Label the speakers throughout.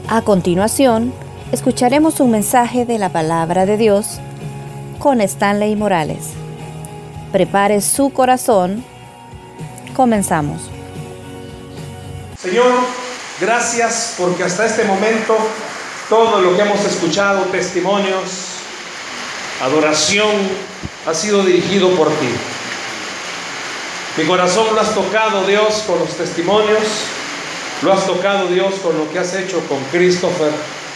Speaker 1: A continuación, escucharemos un mensaje de la Palabra de Dios con Stanley Morales. Prepare su corazón. Comenzamos.
Speaker 2: Señor, gracias porque hasta este momento todo lo que hemos escuchado, testimonios, adoración, ha sido dirigido por ti. Mi corazón lo has tocado, Dios, con los testimonios. Lo has tocado, Dios, con lo que has hecho con Christopher.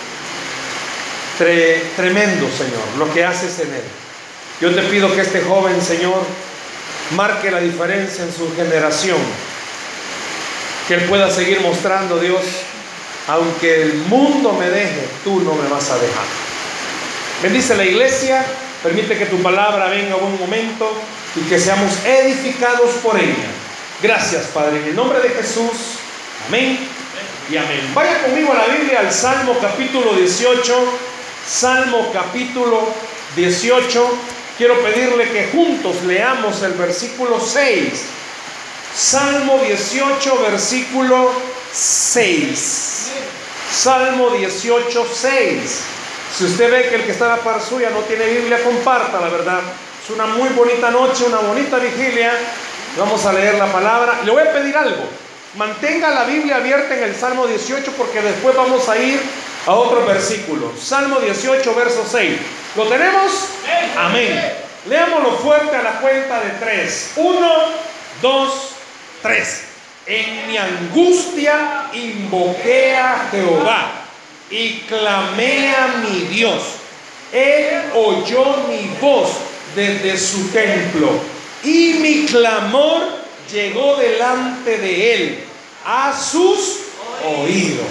Speaker 2: Tremendo, Señor, lo que haces en él. Yo te pido que este joven, Señor, marque la diferencia en su generación. Que él pueda seguir mostrando, Dios, aunque el mundo me deje, tú no me vas a dejar. Bendice la iglesia, permite que tu palabra venga a buen momento y que seamos edificados por ella. Gracias, Padre, en el nombre de Jesús. Amén y amén. Vaya conmigo a la Biblia, al Salmo capítulo 18. Salmo capítulo 18. Quiero pedirle que juntos leamos el versículo 6. Salmo 18, versículo 6. Salmo 18, 6. Si usted ve que el que está a la par suya no tiene Biblia, comparta, la verdad. Es una muy bonita noche, una bonita vigilia. Vamos a leer la palabra. Le voy a pedir algo. Mantenga la Biblia abierta en el Salmo 18 porque después vamos a ir a otro versículo. Salmo 18, verso 6. ¿Lo tenemos? Amén. Leámoslo fuerte a la cuenta de 3. 1, 2, 3. En mi angustia invoqué a Jehová y clamé a mi Dios. Él oyó mi voz desde su templo y mi clamor llegó delante de él, a sus oídos.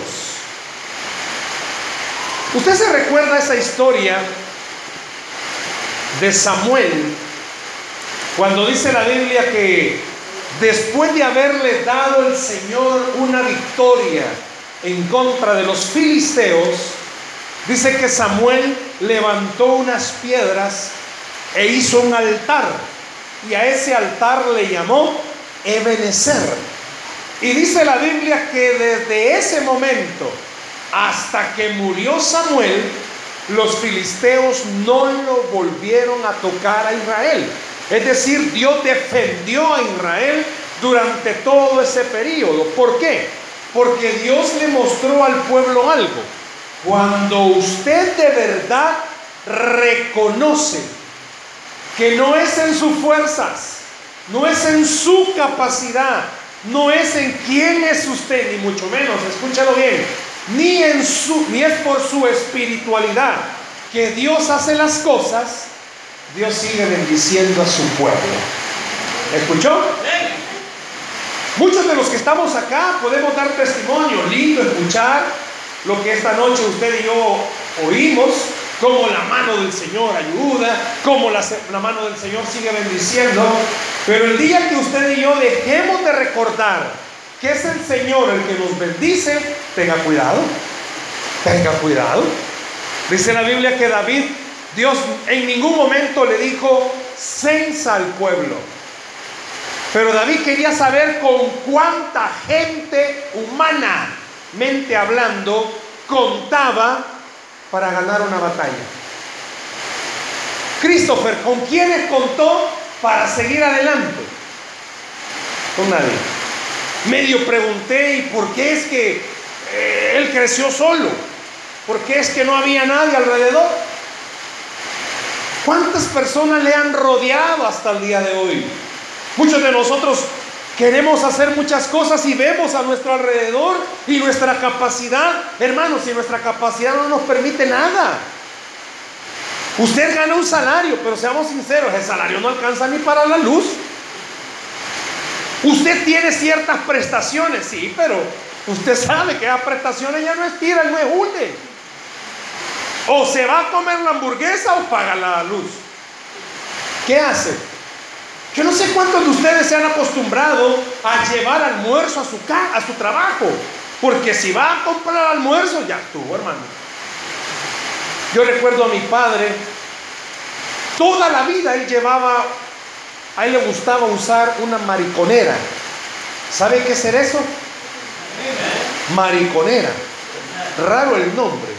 Speaker 2: ¿Usted se recuerda esa historia de Samuel? Cuando dice la Biblia que después de haberle dado el Señor una victoria en contra de los filisteos, dice que Samuel levantó unas piedras e hizo un altar, y a ese altar le llamó Ebenezer. Y dice la Biblia que desde ese momento hasta que murió Samuel, los filisteos no lo volvieron a tocar a Israel. Es decir, Dios defendió a Israel durante todo ese periodo. ¿Por qué? Porque Dios le mostró al pueblo algo. Cuando usted de verdad reconoce que no es en sus fuerzas, no es en su capacidad, no es en quién es usted, ni mucho menos, escúchalo bien, ni es por su espiritualidad que Dios hace las cosas. Dios sigue bendiciendo a su pueblo. ¿Escuchó? Muchos de los que estamos acá podemos dar testimonio. Lindo escuchar lo que esta noche usted y yo oímos, cómo la mano del Señor ayuda, cómo la mano del Señor sigue bendiciendo. Pero el día que usted y yo dejemos de recordar que es el Señor el que nos bendice, tenga cuidado, tenga cuidado. Dice la Biblia que David, Dios en ningún momento le dijo censa al pueblo, pero David quería saber con cuánta gente, humanamente hablando, contaba para ganar una batalla. Christopher, ¿con quiénes contó para seguir adelante? Con nadie. Medio pregunté, ¿y por qué es que él creció solo? ¿Por qué es que no había nadie alrededor? ¿Cuántas personas le han rodeado hasta el día de hoy? Muchos de nosotros queremos hacer muchas cosas y vemos a nuestro alrededor y nuestra capacidad. Hermanos, si nuestra capacidad no nos permite nada. Usted gana un salario, pero seamos sinceros, el salario no alcanza ni para la luz. Usted tiene ciertas prestaciones, sí, pero usted sabe que esas prestaciones ya no estiran, no es útil. O se va a comer la hamburguesa o paga la luz. ¿Qué hace? Yo no sé cuántos de ustedes se han acostumbrado a llevar almuerzo a su trabajo, porque si va a comprar almuerzo, ya estuvo, hermano. Yo recuerdo a mi padre, toda la vida él llevaba, a él le gustaba usar una mariconera. ¿Sabe qué es eso? Mariconera. Raro el nombre.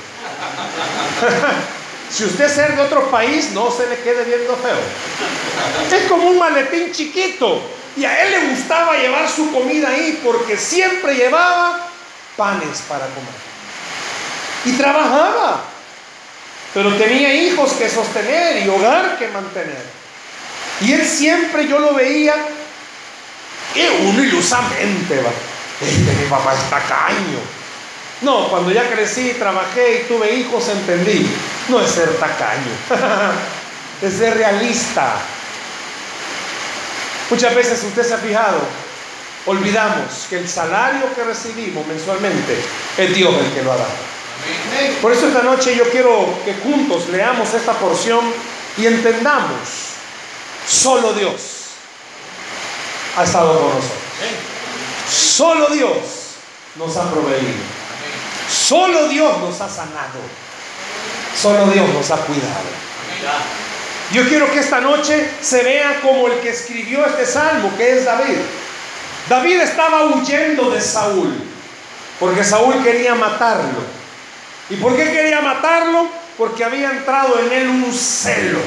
Speaker 2: Si usted es de otro país, no se le quede viendo feo. Es como un maletín chiquito. Y a él le gustaba llevar su comida ahí porque siempre llevaba panes para comer. Y trabajaba. Pero tenía hijos que sostener y hogar que mantener. Y él siempre, yo lo veía, que uno ilusamente va. Mi papá es tacaño. No, cuando ya crecí, trabajé y tuve hijos, entendí. No es ser tacaño, es ser realista. Muchas veces usted se ha fijado, olvidamos que el salario que recibimos mensualmente es Dios el que lo ha dado. Por eso esta noche yo quiero que juntos leamos esta porción y entendamos, solo Dios ha estado con nosotros. Solo Dios nos ha proveído. Solo Dios nos ha sanado. Solo Dios nos ha cuidado. Yo quiero que esta noche se vea como el que escribió este salmo, que es David. David estaba huyendo de Saúl, porque Saúl quería matarlo. ¿Y por qué quería matarlo? Porque había entrado en él un celo.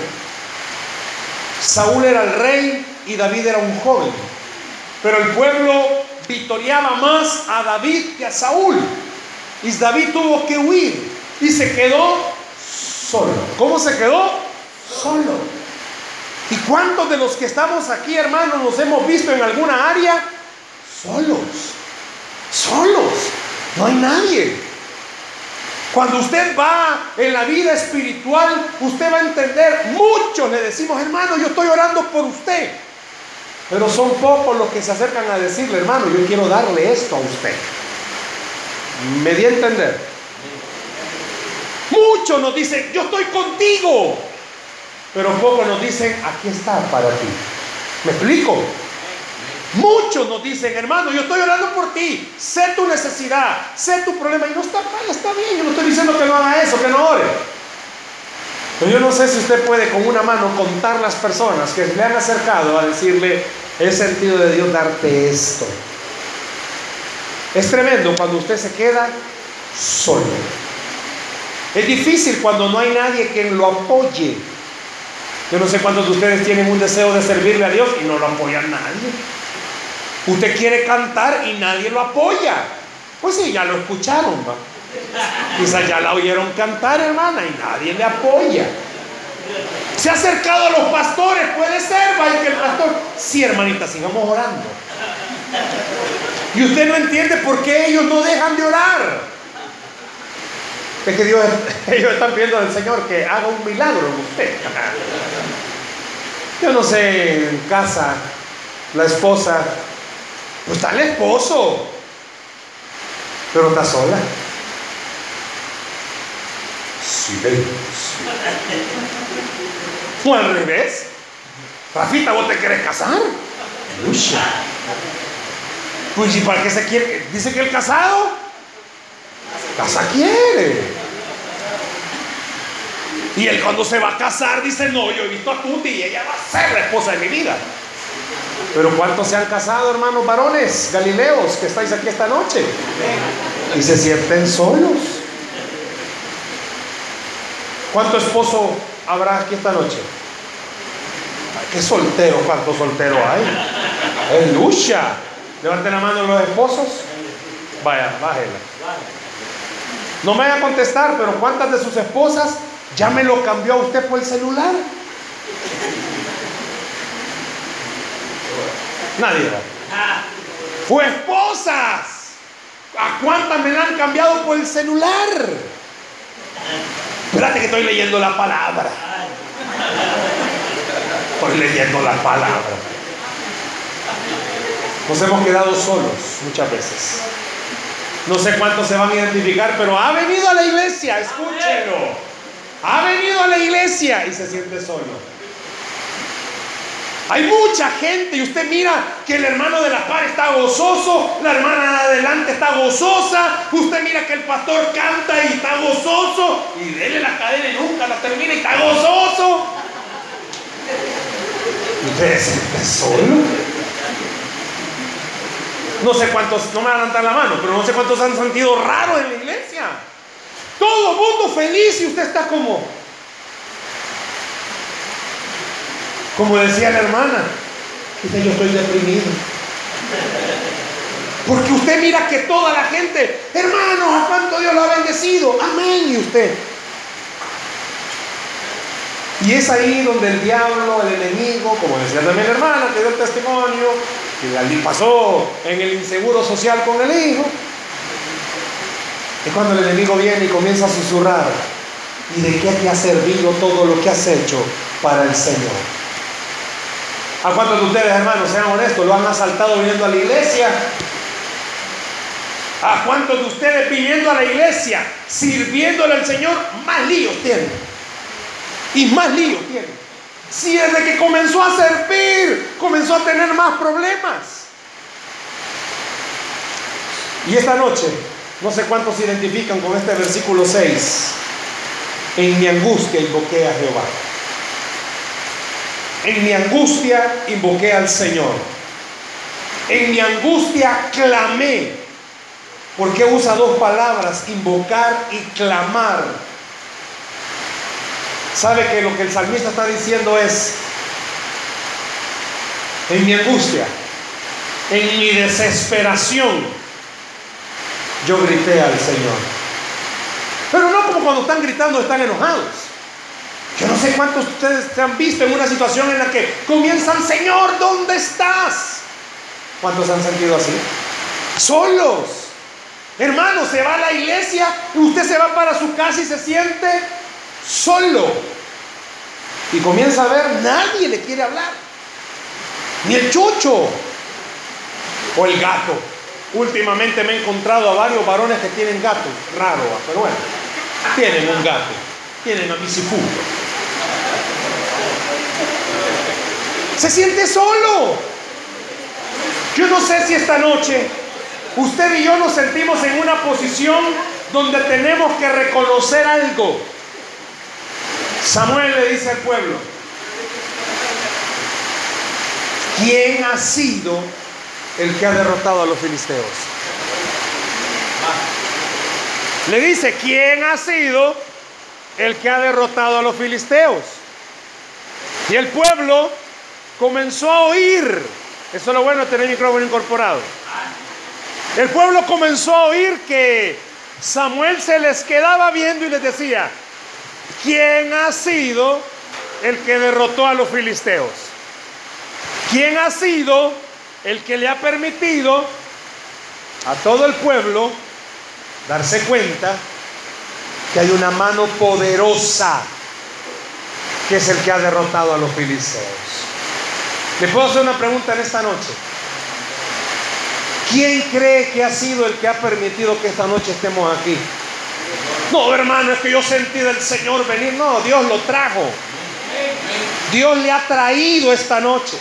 Speaker 2: Saúl era el rey y David era un joven. Pero el pueblo victoriaba más a David que a Saúl. Y David tuvo que huir y se quedó solo. ¿Cómo se quedó? Solo. ¿Y cuántos de los que estamos aquí, hermanos, nos hemos visto en alguna área solos? Solos. No hay nadie. Cuando usted va en la vida espiritual, usted va a entender. Muchos le decimos, hermano, yo estoy orando por usted. Pero son pocos los que se acercan a decirle, hermano, yo quiero darle esto a usted. ¿Me di a entender? Muchos nos dicen, yo estoy contigo. Pero pocos nos dicen, aquí está para ti. ¿Me explico? Muchos nos dicen, hermano, yo estoy orando por ti. Sé tu necesidad, sé tu problema. Y no está mal, está bien. Yo no estoy diciendo que no haga eso, que no ore. Pero yo no sé si usted puede con una mano contar las personas que le han acercado a decirle, he sentido de Dios darte esto. Es tremendo cuando usted se queda solo. Es difícil cuando no hay nadie que lo apoye. Yo no sé cuántos de ustedes tienen un deseo de servirle a Dios y no lo apoya nadie. Usted quiere cantar y nadie lo apoya. Pues sí, ya lo escucharon, ¿va? Quizás ya la oyeron cantar, hermana, y nadie le apoya. Se ha acercado a los pastores, puede ser, va, y que el pastor, sí, hermanita, sigamos orando. Y usted no entiende por qué ellos no dejan de orar. Es que ellos están pidiendo al Señor que haga un milagro en usted. Yo no sé, en casa, la esposa, pues está el esposo, pero está sola. Silencio. O al revés. Rafita, ¿vos te querés casar? Lucha. Pues, ¿y para qué se quiere? Dice que el casado casa quiere. Y él cuando se va a casar dice, no, yo he visto a Tuti y ella va a ser la esposa de mi vida. Pero ¿cuántos se han casado, hermanos varones galileos que estáis aquí esta noche? Y se sienten solos. ¿Cuánto esposo habrá aquí esta noche? Ay, qué soltero, ¿cuántos solteros hay? ¡Es lucha! Levanten la mano los esposos. Vaya, bájela. No me vaya a contestar, pero ¿cuántas de sus esposas ya me lo cambió a usted por el celular? Nadie. Fue esposas. ¿A cuántas me la han cambiado por el celular? Espérate que estoy leyendo la palabra. Estoy leyendo la palabra. Nos hemos quedado solos muchas veces. No sé cuántos se van a identificar, pero ha venido a la iglesia, escúchelo. Ha venido a la iglesia y se siente solo. Hay mucha gente y usted mira que el hermano de la par está gozoso, la hermana de adelante está gozosa, usted mira que el pastor canta y está gozoso y dele la cadena y nunca la termina y está gozoso. ¿Y usted se siente solo? No sé cuántos, no me van a levantar la mano, pero no sé cuántos han sentido raro en la iglesia. todo el mundo feliz y usted está como decía la hermana, dice, yo estoy deprimido. Porque usted mira que toda la gente, hermanos, ¿a cuánto Dios lo ha bendecido? Amén. Y usted. Y es ahí donde el diablo, el enemigo, como decía también la hermana que dio el testimonio, que allí pasó en el inseguro social con el hijo, es cuando el enemigo viene y comienza a susurrar. ¿Y de qué te ha servido todo lo que has hecho para el Señor? ¿A cuántos de ustedes, hermanos, sean honestos, lo han asaltado viniendo a la iglesia? ¿A cuántos de ustedes viniendo a la iglesia, sirviéndole al Señor, más líos tienen? Y más líos tienen. Si desde que comenzó a servir, comenzó a tener más problemas. Y esta noche, no sé cuántos se identifican con este versículo 6. En mi angustia invoqué a Jehová. En mi angustia invoqué al Señor. En mi angustia clamé. ¿Por qué usa dos palabras, invocar y clamar? ¿Sabe que lo que el salmista está diciendo es, en mi angustia, en mi desesperación, yo grité al Señor? Pero no como cuando están gritando, están enojados. Yo no sé cuántos de ustedes se han visto en una situación en la que comienzan, Señor, ¿dónde estás? ¿Cuántos han sentido así? Solos. Hermano, se va a la iglesia y usted se va para su casa y se siente solo. Y comienza a ver, nadie le quiere hablar. Ni el chucho o el gato. Últimamente me he encontrado a varios varones que tienen gatos. Raro, pero bueno, tienen un gato. Tienen a Misifú. Se siente solo. Yo no sé si esta noche usted y yo nos sentimos en una posición donde tenemos que reconocer algo. Samuel le dice al pueblo, ¿quién ha sido el que ha derrotado a los filisteos? Le dice, ¿quién ha sido el que ha derrotado a los filisteos? Y el pueblo comenzó a oír. Eso es lo bueno de tener el micrófono incorporado. El pueblo comenzó a oír que Samuel se les quedaba viendo y les decía, ¿quién ha sido el que derrotó a los filisteos? ¿Quién ha sido el que le ha permitido a todo el pueblo darse cuenta que hay una mano poderosa que es el que ha derrotado a los filisteos? ¿Le puedo hacer una pregunta en esta noche? ¿Quién cree que ha sido el que ha permitido que esta noche estemos aquí? No, hermano, es que yo sentí del Señor venir. No, Dios lo trajo. Dios le ha traído esta noche.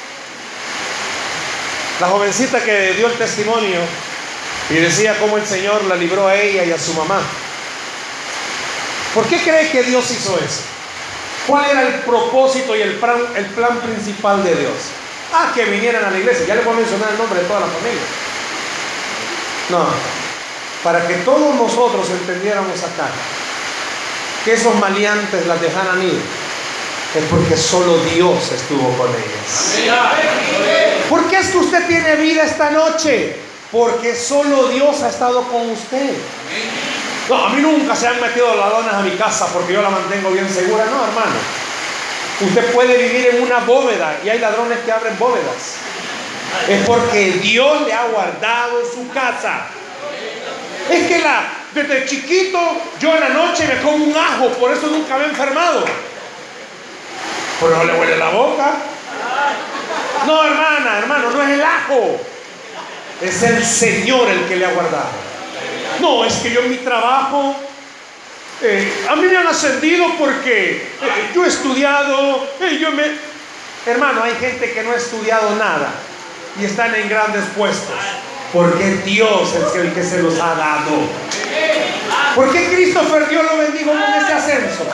Speaker 2: La jovencita que dio el testimonio y decía cómo el Señor la libró a ella y a su mamá. ¿Por qué cree que Dios hizo eso? ¿Cuál era el propósito y el plan principal de Dios? Que vinieran a la iglesia. Ya les voy a mencionar el nombre de toda la familia. No, para que todos nosotros entendiéramos acá que esos maleantes las dejaran ir, es porque solo Dios estuvo con ellas. ¿Por qué es que usted tiene vida esta noche? Porque solo Dios ha estado con usted. No, a mí nunca se han metido ladrones a mi casa porque yo la mantengo bien segura. No, hermano. Usted puede vivir en una bóveda y hay ladrones que abren bóvedas. Es porque Dios le ha guardado su casa. Es que desde chiquito yo en la noche me como un ajo, por eso nunca me he enfermado. Pero no le huele la boca. No, hermano, no es el ajo. Es el Señor el que le ha guardado. No, es que yo en mi trabajo a mí me han ascendido porque yo he estudiado, Hermano, hay gente que no ha estudiado nada y están en grandes puestos porque Dios es el que se los ha dado. ¿Por qué Christopher Dios lo bendijo con este ascenso?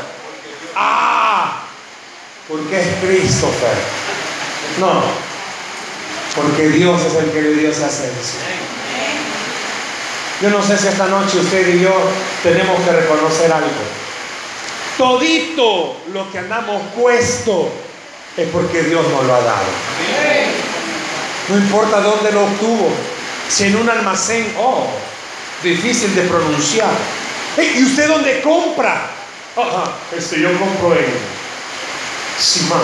Speaker 2: Porque es Christopher. No, porque Dios es el que le dio ese ascenso. Yo no sé si esta noche usted y yo tenemos que reconocer algo. Todito lo que andamos puesto es porque Dios nos lo ha dado. No importa dónde lo obtuvo. Si en un almacén, difícil de pronunciar. ¿Y usted dónde compra? Yo compro en Simán.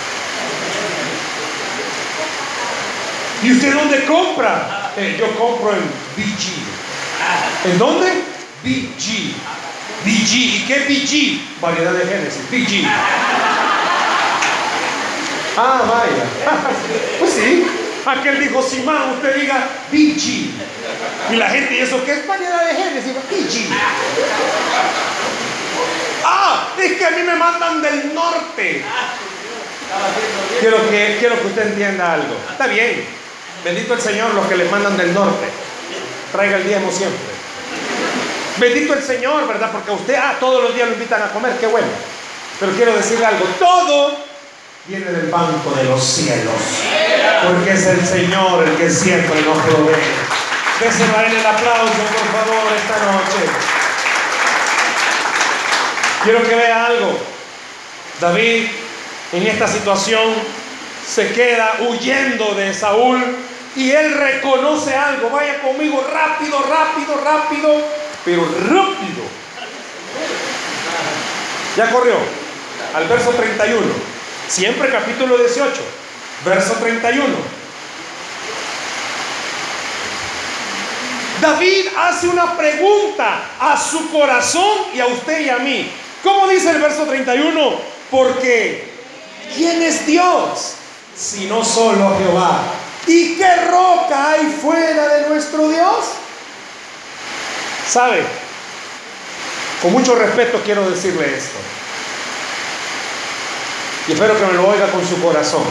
Speaker 2: ¿Y usted dónde compra? Yo compro en BG. ¿En dónde? BG. BG. ¿Y qué BG? Variedad de Génesis. BG. Vaya. Pues sí. Aquel dijo Simán, usted diga BG. Y la gente, ¿y eso qué es? Variedad de Génesis. BG. Es que a mí me mandan del norte. Quiero que usted entienda algo. Está bien. Bendito el Señor los que les mandan del norte. Traiga el diezmo siempre. Bendito el Señor, ¿verdad? Porque a usted, todos los días lo invitan a comer, qué bueno. Pero quiero decirle algo, todo viene del banco de los cielos. Porque es el Señor el que siempre nos provee. Déselo a Él el aplauso, por favor, esta noche. Quiero que vea algo. David, en esta situación, se queda huyendo de Saúl y él reconoce algo. Vaya conmigo, rápido, pero rápido. Ya corrió al verso 31. Siempre capítulo 18, verso 31. David hace una pregunta a su corazón y a usted y a mí. ¿Cómo dice el verso 31? Porque ¿quién es Dios sino solo Jehová? ¿Y qué roca hay fuera de nuestro Dios? ¿Sabe? Con mucho respeto quiero decirle esto. Y espero que me lo oiga con su corazón.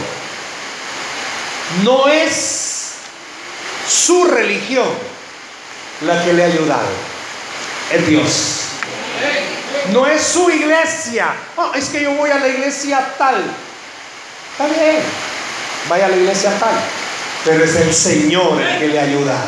Speaker 2: No es su religión la que le ha ayudado. Es Dios. No es su iglesia. Es que yo voy a la iglesia tal. Está bien. Vaya a la iglesia tal. Pero es el Señor el que le ha ayudado.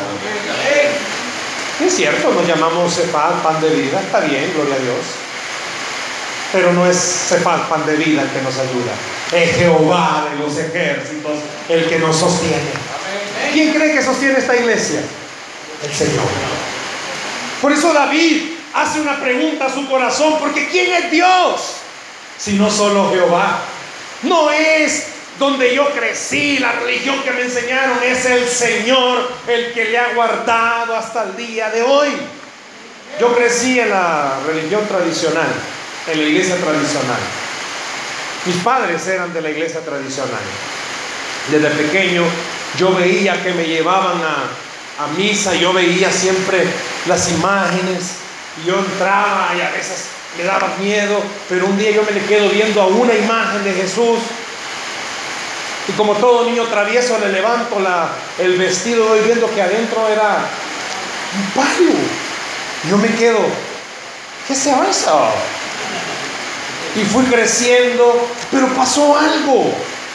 Speaker 2: Es cierto, nos llamamos Cefat, pan de vida. Está bien, gloria a Dios. Pero no es Cefat, pan de vida, el que nos ayuda. Es Jehová de los ejércitos el que nos sostiene. ¿Quién cree que sostiene esta iglesia? El Señor. Por eso David hace una pregunta a su corazón, porque ¿quién es Dios? Si no solo Jehová. No es donde yo crecí, la religión que me enseñaron, es el Señor el que le ha guardado hasta el día de hoy. Yo crecí en la religión tradicional, en la iglesia tradicional. Mis padres eran de la iglesia tradicional. Desde pequeño yo veía que me llevaban a misa, yo veía siempre las imágenes, y yo entraba y a veces me daba miedo, pero un día yo me le quedo viendo a una imagen de Jesús, y como todo niño travieso le levanto el vestido, voy viendo que adentro era un palo. Yo me quedo, ¿qué es eso? Y fui creciendo, pero pasó algo.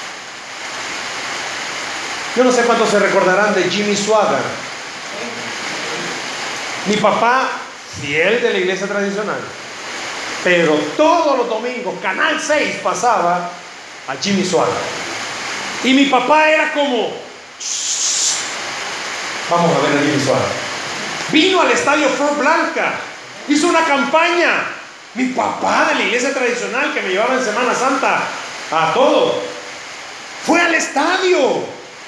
Speaker 2: Yo no sé cuántos se recordarán de Jimmy Swaggart. Mi papá, fiel de la iglesia tradicional, pero todos los domingos, Canal 6 pasaba a Jimmy Swaggart. Y mi papá era como, vamos a ver a Jimmy Swaggart. Vino al estadio Flor Blanca, hizo una campaña. Mi papá de la iglesia tradicional que me llevaba en Semana Santa a todo, fue al estadio.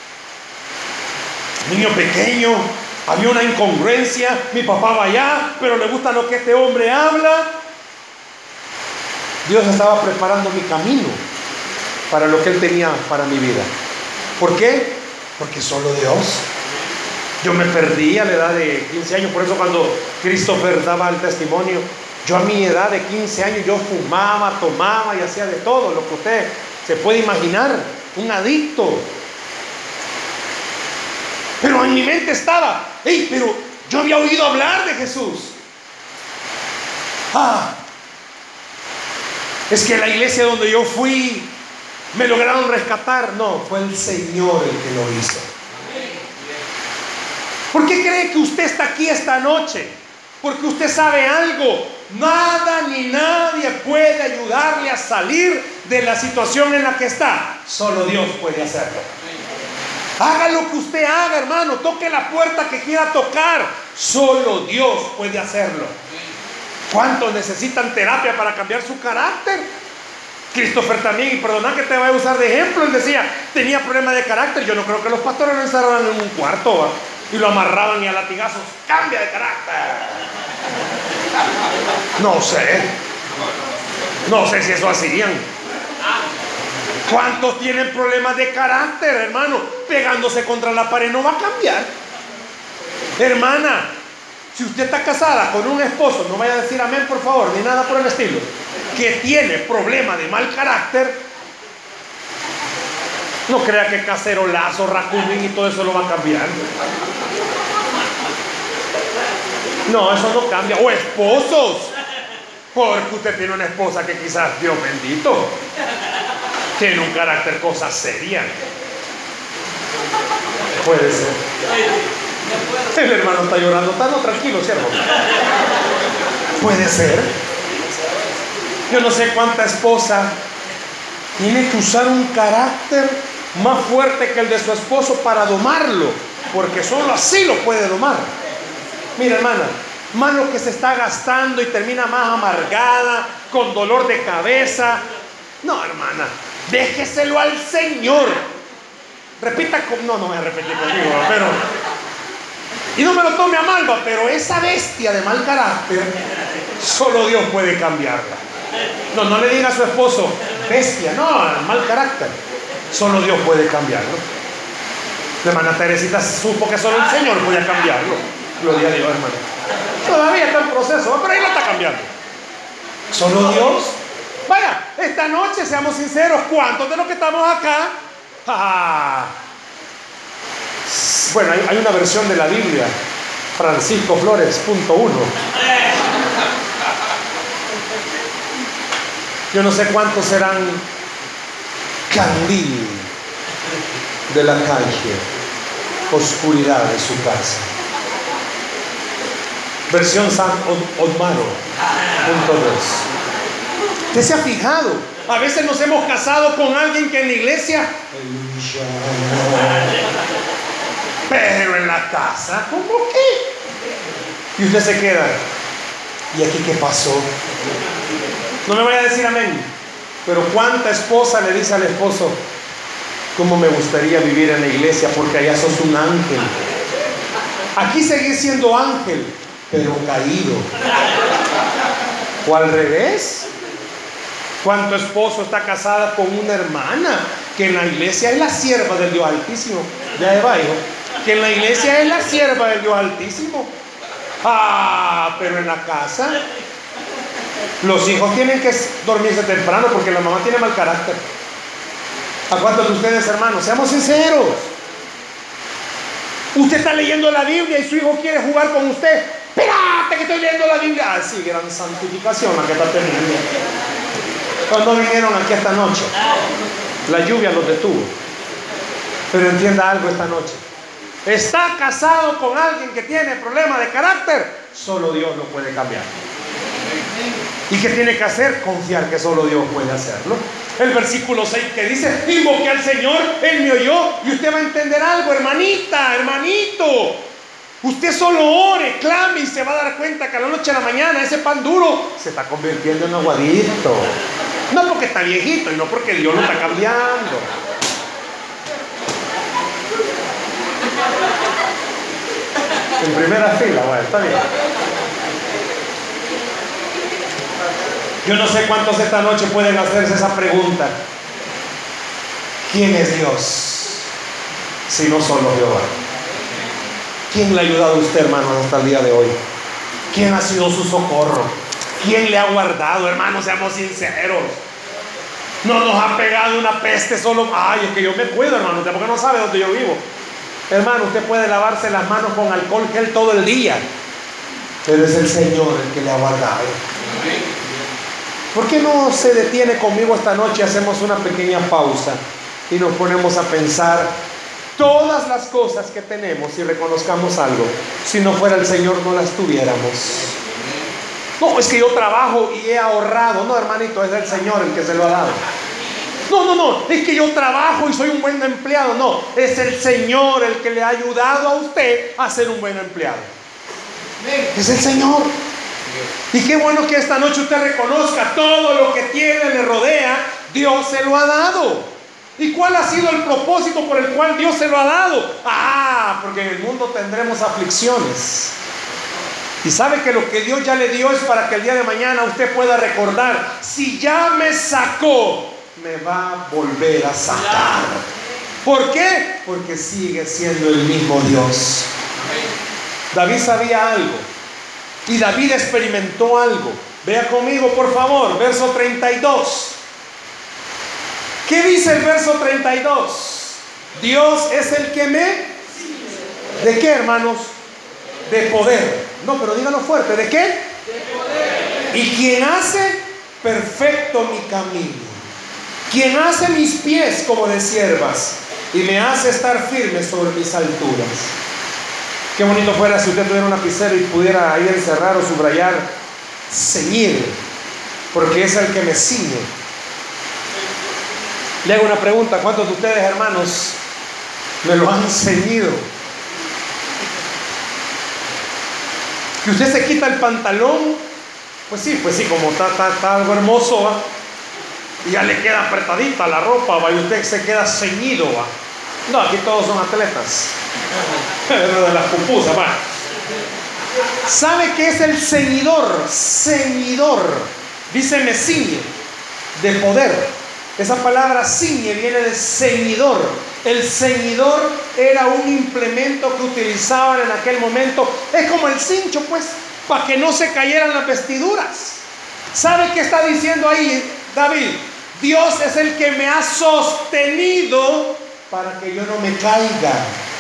Speaker 2: Niño pequeño, había una incongruencia. Mi papá va allá, pero le gusta lo que este hombre habla. Dios estaba preparando mi camino para lo que Él tenía para mi vida. ¿Por qué? Porque solo Dios. Yo me perdí a la edad de 15 años. Por eso cuando Christopher daba el testimonio, yo a mi edad de 15 años yo fumaba, tomaba y hacía de todo lo que usted se puede imaginar. Un adicto. Pero en mi mente estaba, pero yo había oído hablar de Jesús. Es que la iglesia donde yo fui me lograron rescatar. No, fue el Señor el que lo hizo. ¿Por qué cree que usted está aquí esta noche? Porque usted sabe algo. Nada ni nadie puede ayudarle a salir de la situación en la que está. Solo Dios puede hacerlo. Haga lo que usted haga, hermano. Toque la puerta que quiera tocar. Solo Dios puede hacerlo. ¿Cuántos necesitan terapia para cambiar su carácter? Christopher también, y perdona que te vaya a usar de ejemplo, él decía, tenía problemas de carácter. Yo no creo que los pastores lo encerraran en un cuarto, ¿va? Y lo amarraban y a latigazos, cambia de carácter. No sé si eso hacían. ¿Cuántos tienen problemas de carácter, hermano? Pegándose contra la pared no va a cambiar. Hermana, si usted está casada con un esposo, no vaya a decir amén por favor, ni nada por el estilo, que tiene problema de mal carácter, no crea que cacerolazo, racumín y todo eso lo va a cambiar. No, eso no cambia. O esposos, porque usted tiene una esposa que quizás, Dios bendito, tiene un carácter cosa seria. Puede ser. El hermano está llorando, está no, tranquilo, siervo. Puede ser. Yo no sé cuánta esposa tiene que usar un carácter más fuerte que el de su esposo para domarlo, porque solo así lo puede domar. Mira, hermana, más lo que se está gastando y termina más amargada, con dolor de cabeza. No, hermana, déjeselo al Señor. Repita, no voy a repetir conmigo, pero, y no me lo tome a mal, pero esa bestia de mal carácter, solo Dios puede cambiarla. No le diga a su esposo, bestia, no, mal carácter. Solo Dios puede cambiarlo. La hermana Teresita supo que solo el Señor podía cambiarlo. Gloria a Dios, hermano. Todavía está en proceso, pero ahí lo está cambiando. Solo Dios. Vaya, esta noche, seamos sinceros, ¿cuántos de los que estamos acá? Bueno, hay una versión de la Biblia, Francisco Flores, .1. Yo no sé cuántos serán candil de la calle, oscuridad de su casa. Versión San Osmaro, .2. ¿Usted se ha fijado? A veces nos hemos casado con alguien que en la iglesia, pero en la casa, ¿cómo qué? Y usted se queda, ¿y aquí qué pasó? No me vaya a decir amén, pero ¿cuánta esposa le dice al esposo, cómo me gustaría vivir en la iglesia porque allá sos un ángel? Aquí seguís siendo ángel, pero caído. O al revés. ¿Cuánto esposo está casada con una hermana que en la iglesia es la sierva del Dios Altísimo? Ya de bajo, que en la iglesia es la sierva del Dios Altísimo. Pero en la casa los hijos tienen que dormirse temprano porque la mamá tiene mal carácter. ¿A cuántos de ustedes, hermanos? Seamos sinceros. Usted está leyendo la Biblia y su hijo quiere jugar con usted. Espérate que estoy leyendo la Biblia. Sí, gran santificación la que está teniendo. Cuando vinieron aquí esta noche, la lluvia los detuvo. Pero entienda algo esta noche. Está casado con alguien que tiene problemas de carácter, solo Dios lo puede cambiar. ¿Y qué tiene que hacer? Confiar que solo Dios puede hacerlo. El versículo 6 que dice, invoqué al Señor, Él me oyó. Y usted va a entender algo, hermanita, hermanito. Usted solo ore, clame y se va a dar cuenta que a la noche a la mañana ese pan duro se está convirtiendo en aguadito. No porque está viejito y no porque Dios lo está cambiando. En primera fila, bueno, está bien. Yo no sé cuántos esta noche pueden hacerse esa pregunta. ¿Quién es Dios? Si no solo Jehová. ¿Quién le ha ayudado a usted, hermanos, hasta el día de hoy? ¿Quién ha sido su socorro? ¿Quién le ha guardado, hermanos? Seamos sinceros. No nos ha pegado una peste solo. Es que yo me cuido, hermano, porque no sabe dónde yo vivo. Hermano, usted puede lavarse las manos con alcohol gel todo el día, pero es el Señor el que le ha guardado. ¿Por qué no se detiene conmigo esta noche? Hacemos una pequeña pausa y nos ponemos a pensar todas las cosas que tenemos, y reconozcamos algo, si no fuera el Señor no las tuviéramos. No, es que yo trabajo y he ahorrado. No, hermanito, es el Señor el que se lo ha dado. No, es que yo trabajo y soy un buen empleado. No, es el Señor el que le ha ayudado a usted a ser un buen empleado. Es el Señor. Y qué bueno que esta noche usted reconozca todo lo que tiene, le rodea, Dios se lo ha dado. ¿Y cuál ha sido el propósito por el cual Dios se lo ha dado? Porque en el mundo tendremos aflicciones. Y sabe que lo que Dios ya le dio es para que el día de mañana usted pueda recordar: si ya me sacó, me va a volver a sacar. ¿Por qué? Porque sigue siendo el mismo Dios. David sabía algo, y David experimentó algo. Vea conmigo, por favor, verso 32. ¿Qué dice el verso 32? Dios es el que me... ¿De qué, hermanos? De poder. No, pero dígalo fuerte. ¿De qué? De poder. Y quien hace perfecto mi camino, quien hace mis pies como de siervas y me hace estar firme sobre mis alturas. Qué bonito fuera si usted tuviera un lapicero y pudiera ahí encerrar o subrayar: ceñir, porque es el que me ciñe. Le hago una pregunta: ¿cuántos de ustedes, hermanos, me lo han ceñido? Que usted se quita el pantalón, pues sí, como está algo hermoso, ¿va? Y ya le queda apretadita la ropa, ¿va? Y usted se queda ceñido, ¿va? No, aquí todos son atletas. Lo de las pupusas, ¿va? ¿Sabe qué es el ceñidor? Ceñidor. Dice me ciñe, de poder. Esa palabra ciñe viene de ceñidor. El ceñidor era un implemento que utilizaban en aquel momento. Es como el cincho, pues, para que no se cayeran las vestiduras. ¿Sabe qué está diciendo ahí David? Dios es el que me ha sostenido para que yo no me caiga.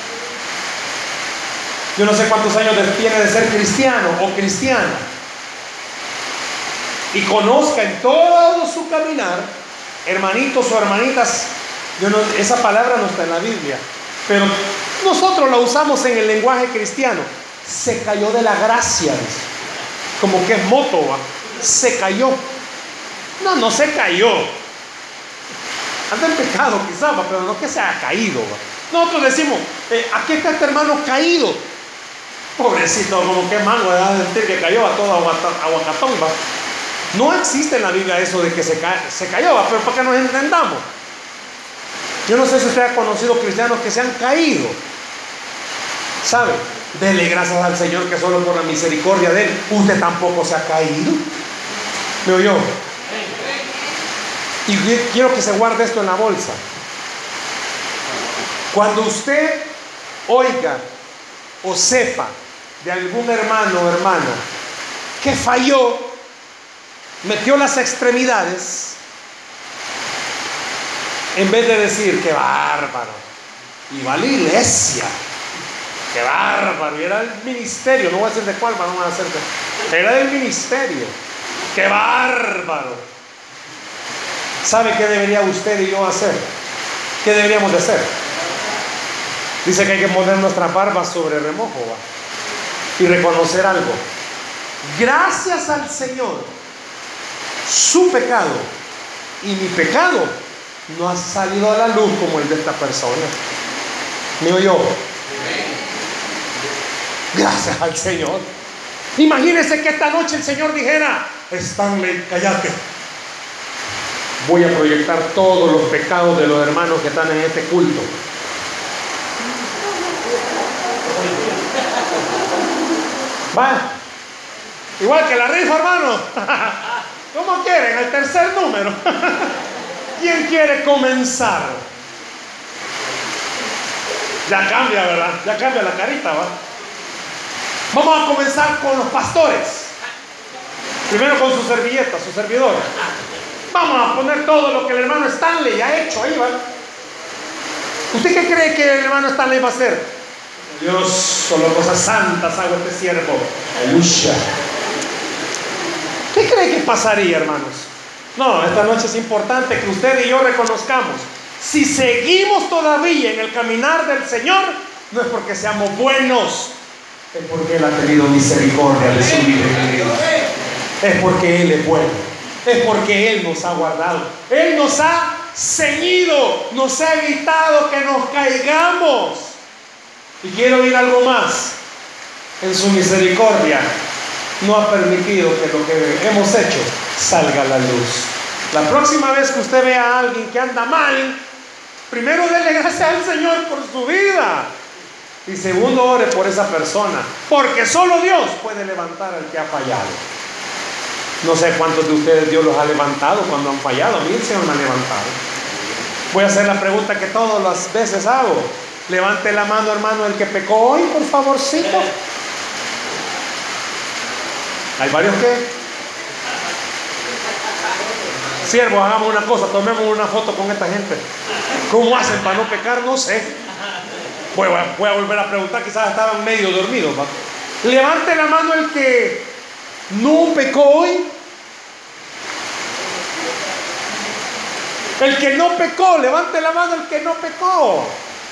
Speaker 2: Yo no sé cuántos años tiene de ser cristiano o cristiana, y conozca en todo su caminar, hermanitos o hermanitas, esa palabra no está en la Biblia, pero nosotros la usamos en el lenguaje cristiano. Se cayó de la gracia, como que es moto, ¿va? Se cayó. No se cayó. Anda en pecado quizás, pero no que se haya caído, ¿va? Nosotros decimos: aquí está este hermano caído. Pobrecito, como que mango, va a decir que cayó a todo aguacatón, ¿va? No existe en la Biblia eso de que se cayó, ¿va? Pero para que nos entendamos. Yo no sé si usted ha conocido cristianos que se han caído. ¿Sabe? Dele gracias al Señor que solo por la misericordia de Él usted tampoco se ha caído. ¿Me oyó? Y quiero que se guarde esto en la bolsa. Cuando usted oiga o sepa de algún hermano o hermana que falló, metió las extremidades, en vez de decir qué bárbaro, iba a la iglesia, qué bárbaro, y era el ministerio, no voy a decir de cuál, no voy a hacer era del ministerio, qué bárbaro. ¿Sabe qué debería usted y yo hacer? ¿Qué deberíamos de hacer? Dice que hay que poner nuestras barbas sobre remojo, ¿va? Y reconocer algo: gracias al Señor, su pecado y mi pecado no ha salido a la luz como el de esta persona. ¿Me oyó? Gracias al Señor. Imagínese que esta noche el Señor dijera: Stanley, cállate, voy a proyectar todos los pecados de los hermanos que están en este culto. Va, igual que la rifa, hermano. ¿Cómo quieren? El tercer número. ¿Quién quiere comenzar? Ya cambia, ¿verdad? Ya cambia la carita, ¿va? Vamos a comenzar con los pastores. Primero con su servilleta, su servidor. Vamos a poner todo lo que el hermano Stanley ha hecho ahí, ¿va? ¿Usted qué cree que el hermano Stanley va a hacer? Dios, solo cosas santas hago este siervo. Aleluya. ¿Qué cree que pasaría, hermanos? No, esta noche es importante que usted y yo reconozcamos: Si seguimos todavía en el caminar del Señor, no es porque seamos buenos, es porque Él ha tenido misericordia de su vida. Es porque Él es bueno, es porque Él nos ha guardado, Él nos ha ceñido, nos ha evitado que nos caigamos. Y quiero ir algo más. En su misericordia no ha permitido que lo que hemos hecho salga a la luz. La próxima vez que usted vea a alguien que anda mal, primero dele gracias al Señor por su vida. Y segundo, ore por esa persona, porque solo Dios puede levantar al que ha fallado. No sé cuántos de ustedes Dios los ha levantado cuando han fallado. A mí el Señor me ha levantado. Voy a hacer la pregunta que todas las veces hago. Levante la mano, hermano, el que pecó hoy, por favorcito. Hay varios que. Siervos, hagamos una cosa, tomemos una foto con esta gente. ¿Cómo hacen para no pecar? No sé. Voy a volver a preguntar, quizás estaban medio dormidos, ¿va? Levante la mano el que no pecó hoy. El que no pecó, levante la mano el que no pecó.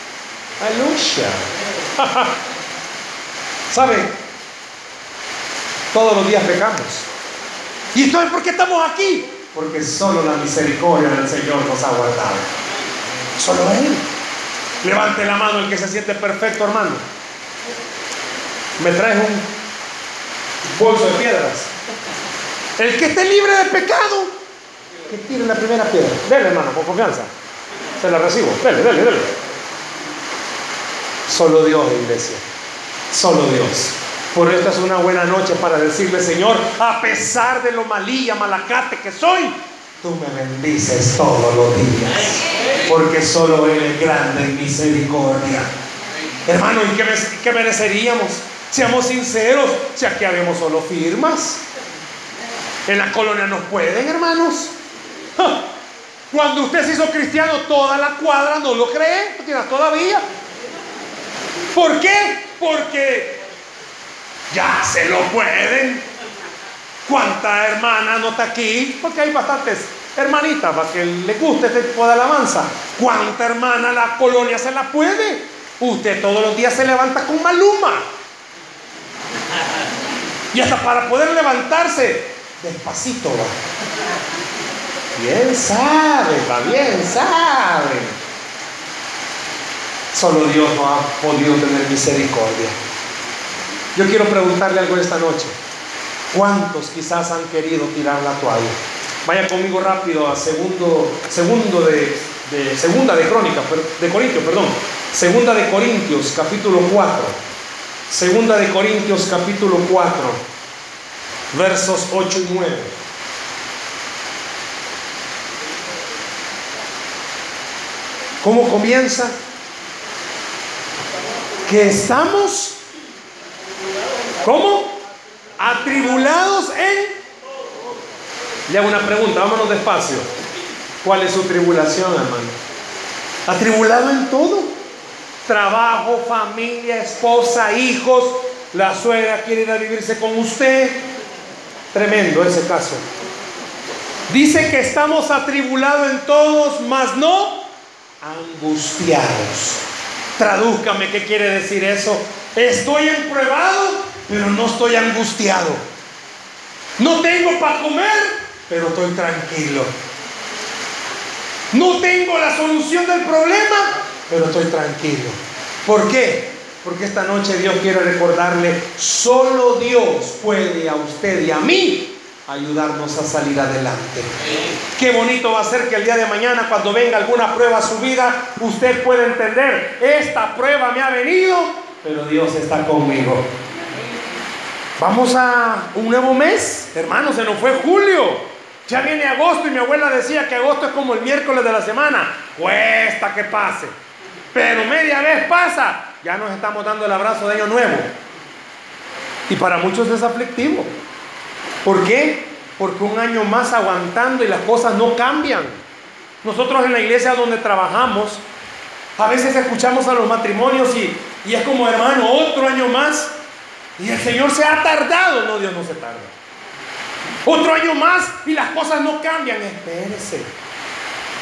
Speaker 2: Aleluya. ¿Sabe? Todos los días pecamos. ¿Y entonces por qué estamos aquí? Porque solo la misericordia del Señor nos ha guardado. Solo Él. Levante la mano el que se siente perfecto, hermano. Me traes un bolso de piedras. El que esté libre de pecado, que tire la primera piedra. Dele, hermano, con confianza. Se la recibo. Dele. Solo Dios, iglesia. Solo Dios. Por esta es una buena noche para decirle: Señor, a pesar de lo malilla, malacate que soy, tú me bendices todos los días, porque solo Él es grande en misericordia. Hermano, ¿y qué mereceríamos? Seamos sinceros, si aquí habemos solo firmas. En la colonia nos pueden, hermanos. Cuando usted se hizo cristiano, toda la cuadra no lo cree, no tienes todavía. ¿Por qué? Porque ya se lo pueden. ¿Cuánta hermana no está aquí? Porque hay bastantes hermanitas para que le guste este tipo de alabanza. ¿Cuánta hermana la colonia se la puede? Usted todos los días se levanta con Maluma. Y hasta para poder levantarse, despacito va. Bien sabe. Solo Dios no ha podido tener misericordia. Yo quiero preguntarle algo esta noche. ¿Cuántos quizás han querido tirar la toalla? Vaya conmigo rápido a Segunda de Corintios capítulo 4. Segunda de Corintios capítulo 4, versos 8 y 9. ¿Cómo comienza? Que estamos, ¿cómo? Atribulados en. Le hago una pregunta, vámonos despacio. ¿Cuál es su tribulación, hermano? Atribulado en todo. Trabajo, familia, esposa, hijos. La suegra quiere ir a vivirse con usted. Tremendo ese caso. Dice que estamos atribulados en todos, mas no angustiados. Tradúzcame qué quiere decir eso. Estoy empruebado, pero no estoy angustiado. No tengo para comer, pero estoy tranquilo. No tengo la solución del problema, pero estoy tranquilo. ¿Por qué? Porque esta noche Dios quiere recordarle: solo Dios puede a usted y a mí ayudarnos a salir adelante. Qué bonito va a ser que el día de mañana, cuando venga alguna prueba a su vida, usted pueda entender: esta prueba me ha venido, pero Dios está conmigo. Vamos a un nuevo mes, hermanos. Se nos fue julio, ya viene agosto, y mi abuela decía que agosto es como el miércoles de la semana, cuesta que pase, pero media vez pasa. Ya nos estamos dando el abrazo de año nuevo, y para muchos es aflictivo. ¿Por qué? Porque un año más aguantando y las cosas no cambian. Nosotros en la iglesia donde trabajamos, a veces escuchamos a los matrimonios y es como: hermano, otro año más, y el Señor se ha tardado. No, Dios no se tarda. Otro año más y las cosas no cambian. Espérese.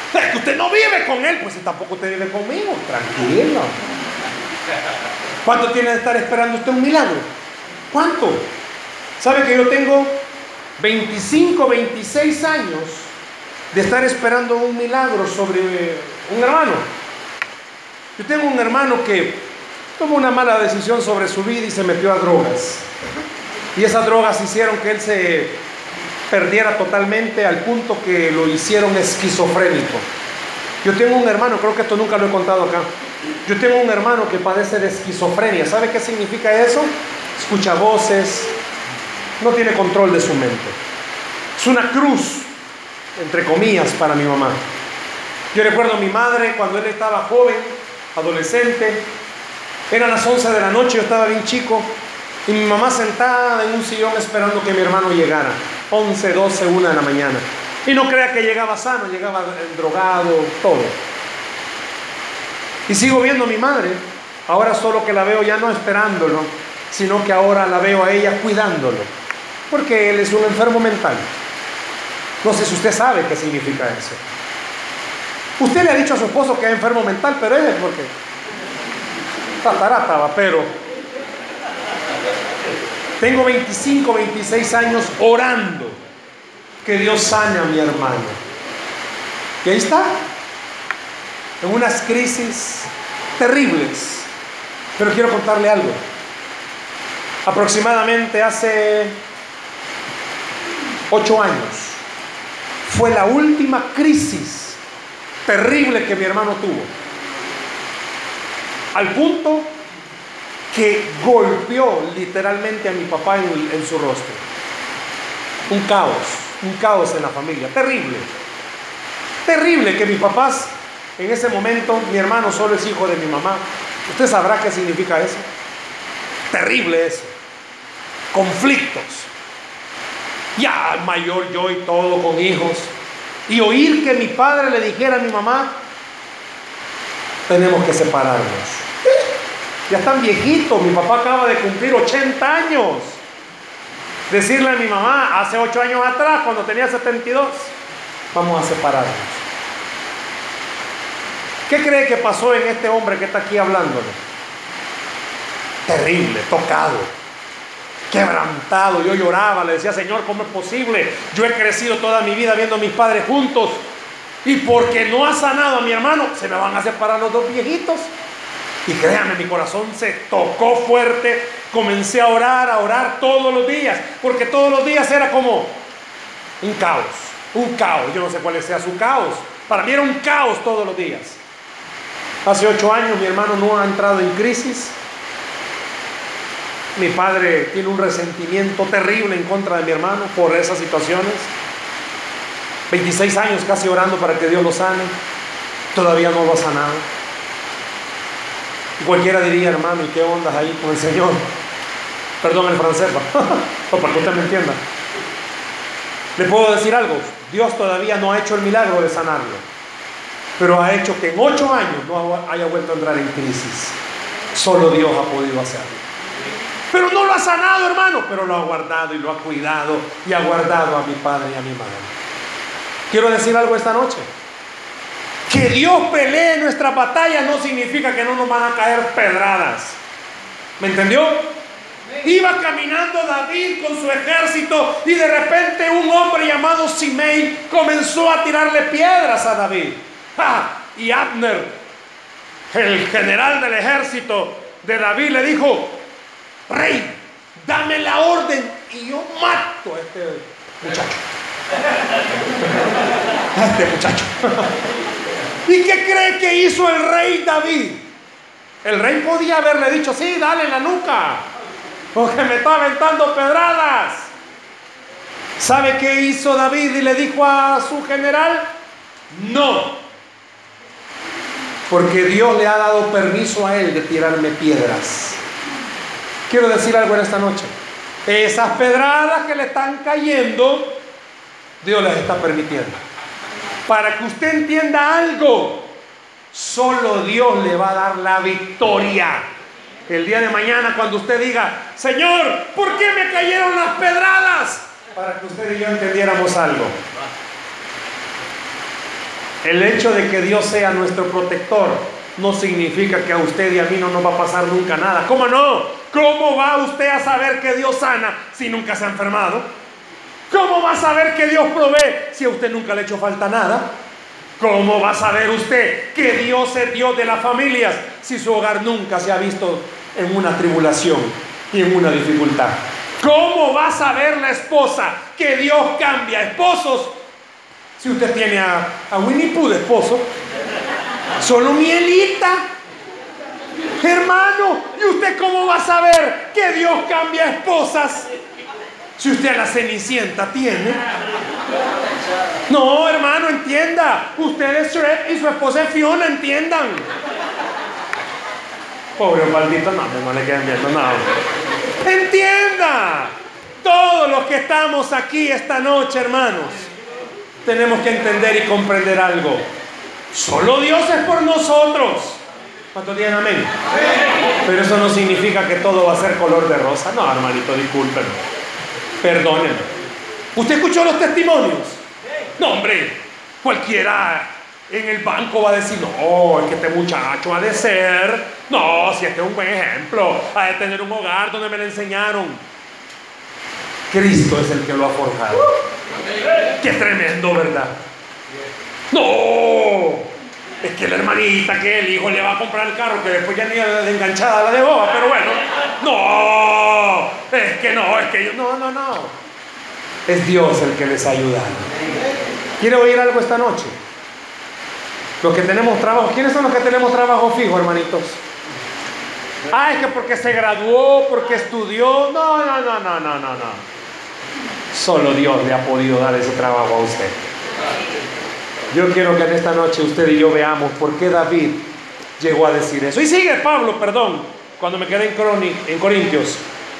Speaker 2: Es que usted no vive con él. Pues si tampoco usted vive conmigo, tranquilo. ¿Cuánto tiene de estar esperando usted un milagro? ¿Cuánto? ¿Sabe que yo tengo 25, 26 años de estar esperando un milagro sobre un hermano? Yo tengo un hermano que tomó una mala decisión sobre su vida y se metió a drogas. Y esas drogas hicieron que él se perdiera totalmente al punto que lo hicieron esquizofrénico. Yo tengo un hermano, creo que esto nunca lo he contado acá. Yo tengo un hermano que padece de esquizofrenia. ¿Sabe qué significa eso? Escucha voces, no tiene control de su mente. Es una cruz, entre comillas, para mi mamá. Yo recuerdo a mi madre cuando él estaba joven, adolescente. Eran las 11 de la noche, yo estaba bien chico. Y mi mamá sentada en un sillón esperando que mi hermano llegara. 11, 12, 1 de la mañana. Y no crea que llegaba sano, llegaba drogado, todo. Y sigo viendo a mi madre. Ahora solo que la veo ya no esperándolo, sino que ahora la veo a ella cuidándolo. Porque él es un enfermo mental. No sé si usted sabe qué significa eso. Usted le ha dicho a su esposo que es enfermo mental, pero él es porque tatarata, pero tengo 25, 26 años orando que Dios sane a mi hermano. Y ahí está, en unas crisis terribles. Pero quiero contarle algo. Aproximadamente hace 8 años fue la última crisis terrible que mi hermano tuvo, al punto que golpeó literalmente a mi papá en su rostro. Un caos en la familia, terrible, terrible, que mis papás en ese momento, mi hermano solo es hijo de mi mamá. Usted sabrá qué significa eso. Terrible eso. Conflictos. Ya mayor yo y todo, con hijos. Y oír que mi padre le dijera a mi mamá: tenemos que separarnos. Ya están viejitos, mi papá acaba de cumplir 80 años. Decirle a mi mamá hace 8 años atrás, cuando tenía 72, vamos a separarnos. ¿Qué cree que pasó en este hombre que está aquí hablándole? Terrible, tocado, quebrantado. Yo lloraba, le decía: Señor, ¿cómo es posible? Yo he crecido toda mi vida viendo a mis padres juntos, y porque no ha sanado a mi hermano, se me van a separar los dos viejitos. Y créanme, mi corazón se tocó fuerte. Comencé a orar todos los días, porque todos los días era como un caos. Yo no sé cuál sea su caos. Para mí era un caos todos los días. Hace 8 años mi hermano no ha entrado en crisis. Mi padre tiene un resentimiento terrible en contra de mi hermano por esas situaciones. 26 años casi orando para que Dios lo sane. Todavía no lo ha sanado. Y cualquiera diría: hermano, ¿y qué ondas ahí con el Señor? Perdón el francés, o para que usted me entienda. Le puedo decir algo: Dios todavía no ha hecho el milagro de sanarlo, pero ha hecho que en 8 años no haya vuelto a entrar en crisis. Solo Dios ha podido hacerlo. Pero no lo ha sanado, hermano, pero lo ha guardado y lo ha cuidado y ha guardado a mi padre y a mi madre. Quiero decir algo esta noche: que Dios pelee nuestras batallas no significa que no nos van a caer pedradas. ¿Me entendió? Iba caminando David con su ejército y de repente un hombre llamado Simei comenzó a tirarle piedras a David. Y Abner, el general del ejército de David, le dijo: rey, dame la orden y yo mato a este muchacho. ¿Y qué cree que hizo el rey David? El rey podía haberle dicho: sí, dale en la nuca, porque me está aventando pedradas. ¿Sabe qué hizo David? Y le dijo a su general: no, porque Dios le ha dado permiso a él de tirarme piedras. Quiero decir algo en esta noche: esas pedradas que le están cayendo, Dios las está permitiendo. Para que usted entienda algo, solo Dios le va a dar la victoria. El día de mañana, cuando usted diga: Señor, ¿por qué me cayeron las pedradas? Para que usted y yo entendiéramos algo. El hecho de que Dios sea nuestro protector no significa que a usted y a mí no nos va a pasar nunca nada. ¿Cómo no? ¿Cómo va usted a saber que Dios sana si nunca se ha enfermado? ¿Cómo va a saber que Dios provee si a usted nunca le ha hecho falta nada? ¿Cómo va a saber usted que Dios es Dios de las familias si su hogar nunca se ha visto en una tribulación y en una dificultad? ¿Cómo va a saber la esposa que Dios cambia esposos si usted tiene a Winnie Pooh de esposo? Solo mielita. Hermano, ¿y usted cómo va a saber que Dios cambia esposas si usted a la Cenicienta tiene? No, hermano, entienda. Usted es Shrek y su esposa es Fiona, entiendan. Pobre maldito, no le queden viendo nada. Entienda. Todos los que estamos aquí esta noche, hermanos, tenemos que entender y comprender algo. Solo Dios es por nosotros. ¿Cuántos digan amén? Pero eso no significa que todo va a ser color de rosa. No, hermanito, discúlpenme. Perdónenme. ¿Usted escuchó los testimonios? No, hombre, cualquiera en el banco va a decir, no, es que este muchacho ha de ser, no, si este es un buen ejemplo, ha de tener un hogar donde me lo enseñaron. Cristo es el que lo ha forjado. Qué tremendo, ¿verdad? No, es que la hermanita, que el hijo le va a comprar el carro, que después ya ni de enganchada la de boba, pero bueno, no, es que yo, no. Es Dios el que les ha ayudado. ¿Quiere oír algo esta noche? Los que tenemos trabajo, ¿quiénes son los que tenemos trabajo fijo, hermanitos? Ah, es que porque se graduó, porque estudió. No. Solo Dios le ha podido dar ese trabajo a usted. Yo quiero que en esta noche usted y yo veamos por qué David llegó a decir eso. Y sigue Pablo, cuando me quedé en Corintios.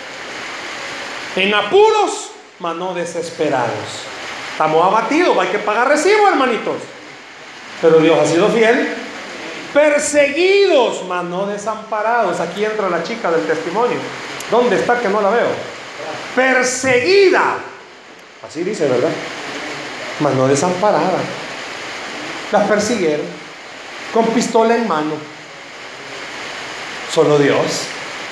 Speaker 2: En apuros, mas no desesperados. Estamos abatidos, hay que pagar recibo, hermanitos. Pero Dios ha sido fiel. Perseguidos, mas no desamparados. Aquí entra la chica del testimonio. ¿Dónde está que no la veo? Perseguida. Así dice, ¿verdad? Mas no desamparada. Las persiguieron con pistola en mano. Solo Dios.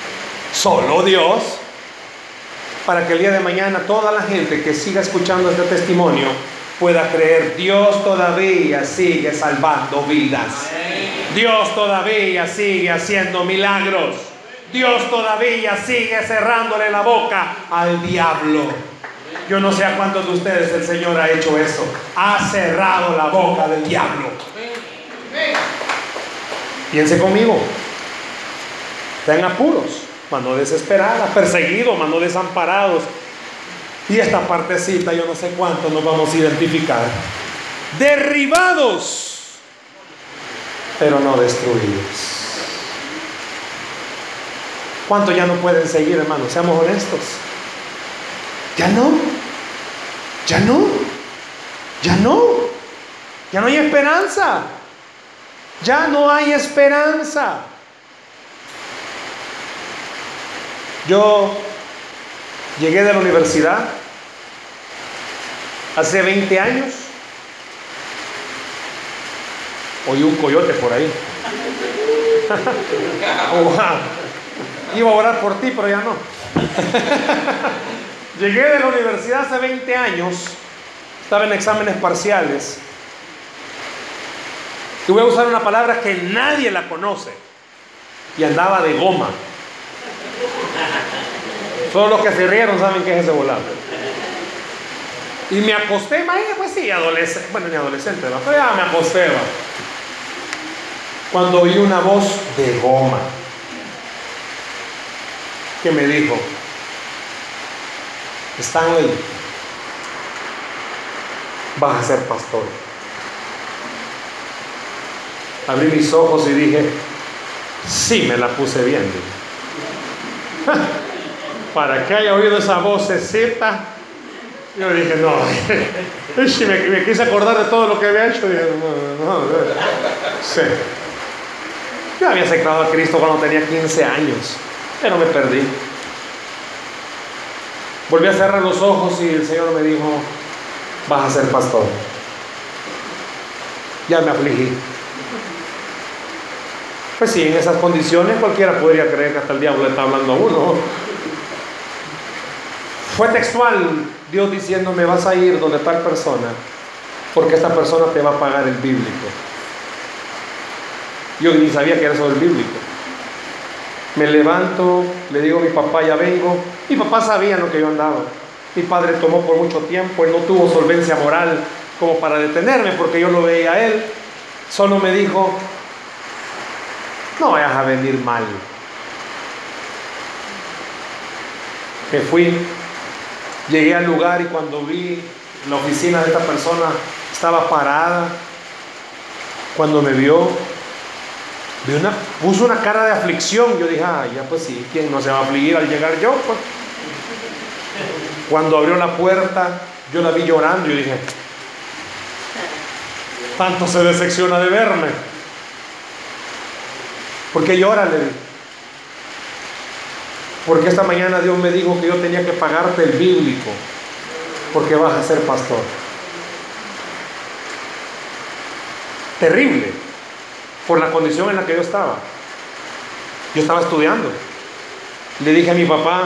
Speaker 2: Para que el día de mañana toda la gente que siga escuchando este testimonio pueda creer, Dios todavía sigue salvando vidas. Dios todavía sigue haciendo milagros. Dios todavía sigue cerrándole la boca al diablo. Yo no sé a cuántos de ustedes el Señor ha hecho eso. Ha cerrado la boca del diablo. Piense conmigo. Está en apuros, mas no desesperadas. Perseguidos, mas no desamparados. Y esta partecita, yo no sé cuánto nos vamos a identificar. Derribados, pero no destruidos. ¿Cuántos ya no pueden seguir, hermanos? Seamos honestos. Ya no hay esperanza. Ya no hay esperanza. Yo llegué de la universidad hace 20 años. Oí un coyote por ahí. Iba a orar por ti, pero ya no. Llegué de la universidad hace 20 años. Estaba en exámenes parciales. Y voy a usar una palabra que nadie la conoce. Y andaba de goma. Solo los que se rieron saben qué es ese volado. Y me acosté, pues sí, adolescente. Bueno, ni adolescente, ¿no? Pero ya me acosté, ¿no? Cuando oí una voz de goma que me dijo: Stanley, vas a ser pastor. Abrí mis ojos y dije: sí, me la puse bien. Para que haya oído esa vocecita, yo dije, no. Me quise acordar de todo lo que había hecho. Dije, no. Sí. Yo había aceptado a Cristo cuando tenía 15 años, pero me perdí. Volví a cerrar los ojos y el Señor me dijo: vas a ser pastor. Ya me afligí. Pues sí, en esas condiciones cualquiera podría creer que hasta el diablo le está hablando a uno. Fue textual, Dios diciéndome: vas a ir donde tal persona, porque esta persona te va a pagar el bíblico. Yo ni sabía que era eso del bíblico. Me levanto, le digo a mi papá: ya vengo. Mi papá sabía en lo que yo andaba. Mi padre tomó por mucho tiempo, él no tuvo solvencia moral como para detenerme, porque yo lo veía a él. Solo me dijo: no vayas a venir mal. Me fui, llegué al lugar y cuando vi la oficina de esta persona estaba parada, cuando me vio, puso una cara de aflicción. Yo dije: ya pues sí, ¿quién no se va a afligir al llegar yo? Pues. Cuando abrió la puerta, yo la vi llorando y yo dije: tanto se decepciona de verme. ¿Por qué llora? Le dije. Porque esta mañana Dios me dijo que yo tenía que pagarte el bíblico, porque vas a ser pastor. Terrible, por la condición en la que yo estaba. Yo estaba estudiando. Le dije a mi papá: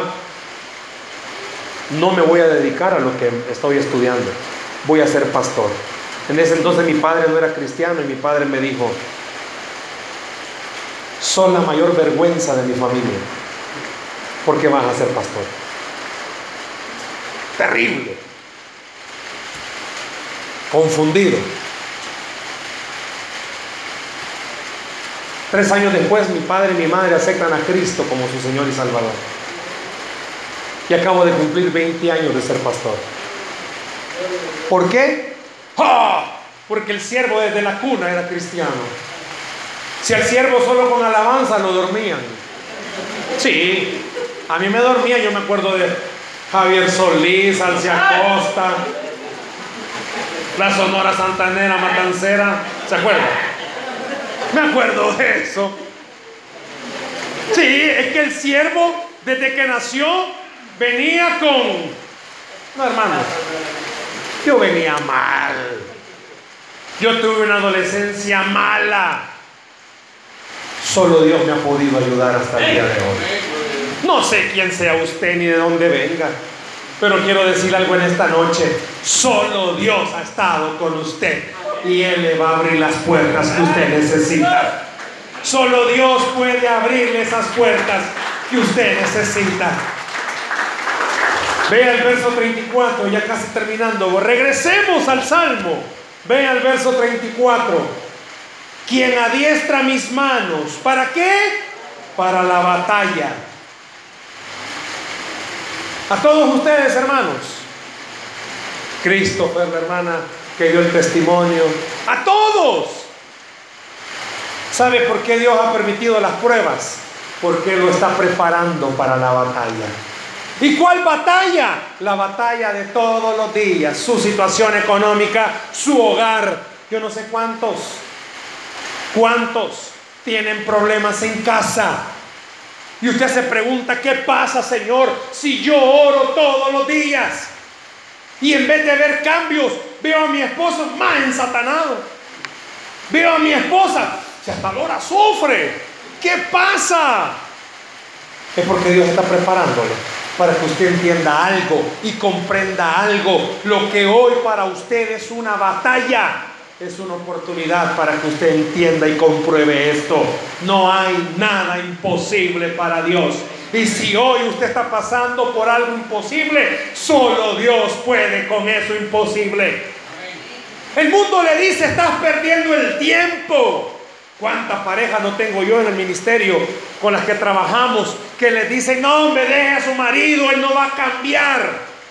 Speaker 2: no me voy a dedicar a lo que estoy estudiando, voy a ser pastor. En ese entonces mi padre no era cristiano y mi padre me dijo: sos la mayor vergüenza de mi familia, porque vas a ser pastor. Terrible. Confundido. 3 años después, mi padre y mi madre aceptan a Cristo como su Señor y Salvador. Y acabo de cumplir 20 años de ser pastor. ¿Por qué? ¡Ah! Porque el siervo desde la cuna era cristiano. Si al siervo solo con alabanza lo dormían. Sí, a mí me dormía. Yo me acuerdo de Javier Solís, Alcia Costa, la Sonora Santanera Matancera. ¿Se acuerdan? Me acuerdo de eso. Sí, es que el siervo desde que nació venía con... No, hermanos, yo venía mal. Yo tuve una adolescencia mala. Solo Dios me ha podido ayudar hasta el día de hoy. No sé quién sea usted ni de dónde venga, pero quiero decir algo en esta noche. Solo Dios ha estado con usted y Él le va a abrir las puertas que usted necesita. Solo Dios puede abrirle esas puertas que usted necesita. Vea el verso 34, ya casi terminando. Regresemos al Salmo. Vea el verso 34. Quien adiestra mis manos, ¿para qué? Para la batalla. A todos ustedes, hermanos. Christopher, la hermana que dio el testimonio. A todos. ¿Sabe por qué Dios ha permitido las pruebas? Porque lo está preparando para la batalla. ¿Y cuál batalla? La batalla de todos los días. Su situación económica, su hogar. Yo no sé ¿cuántos tienen problemas en casa? Y usted se pregunta: ¿qué pasa, Señor, si yo oro todos los días? Y en vez de ver cambios, veo a mi esposo más ensatanado. Veo a mi esposa, si hasta ahora sufre. ¿Qué pasa? Es porque Dios está preparándole para que usted entienda algo y comprenda algo. Lo que hoy para usted es una batalla, es una oportunidad para que usted entienda y compruebe esto. No hay nada imposible para Dios. Y si hoy usted está pasando por algo imposible, solo Dios puede con eso imposible. El mundo le dice: estás perdiendo el tiempo. ¿Cuántas parejas no tengo yo en el ministerio con las que trabajamos que les dicen: no, hombre, deje a su marido, él no va a cambiar?